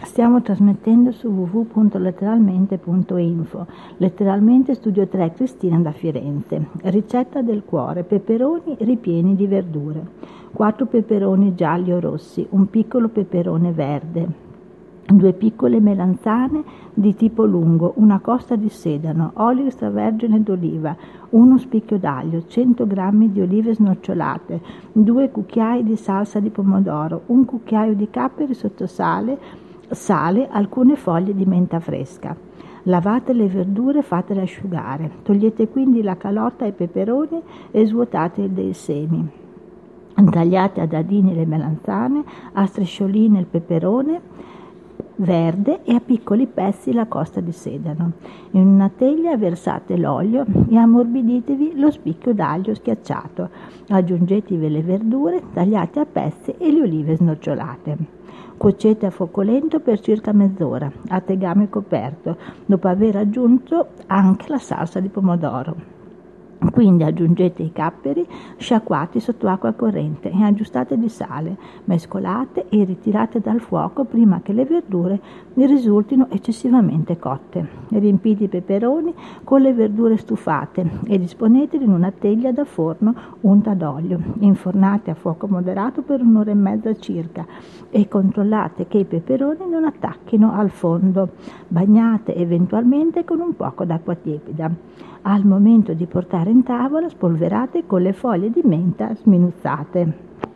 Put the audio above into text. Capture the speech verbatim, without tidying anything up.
Stiamo trasmettendo su w w w punto letteralmente punto info. Letteralmente Studio tre Cristina da Firenze. Ricetta del cuore: peperoni ripieni di verdure. quattro peperoni gialli o rossi, un piccolo peperone verde, due piccole melanzane di tipo lungo, una costa di sedano, olio extravergine d'oliva, uno spicchio d'aglio, cento grammi di olive snocciolate, due cucchiai di salsa di pomodoro, un cucchiaio di capperi sotto sale, sale, alcune foglie di menta fresca. Lavate le verdure e fatele asciugare. Togliete quindi la calotta ai peperoni e svuotate dei semi. Tagliate a dadini le melanzane, a striscioline il peperone verde e a piccoli pezzi la costa di sedano. In una teglia versate l'olio e ammorbiditevi lo spicchio d'aglio schiacciato. Aggiungetevi le verdure tagliate a pezzi e le olive snocciolate. Cuocete a fuoco lento per circa mezz'ora, a tegame coperto, dopo aver aggiunto anche la salsa di pomodoro. Quindi aggiungete i capperi sciacquati sotto acqua corrente e aggiustate di sale, mescolate e ritirate dal fuoco prima che le verdure risultino eccessivamente cotte. Riempite i peperoni con le verdure stufate e disponeteli in una teglia da forno unta d'olio. Infornate a fuoco moderato per un'ora e mezza circa e controllate che i peperoni non attacchino al fondo. Bagnate eventualmente con un poco d'acqua tiepida. Al momento di portare in tavola spolverate con le foglie di menta sminuzzate.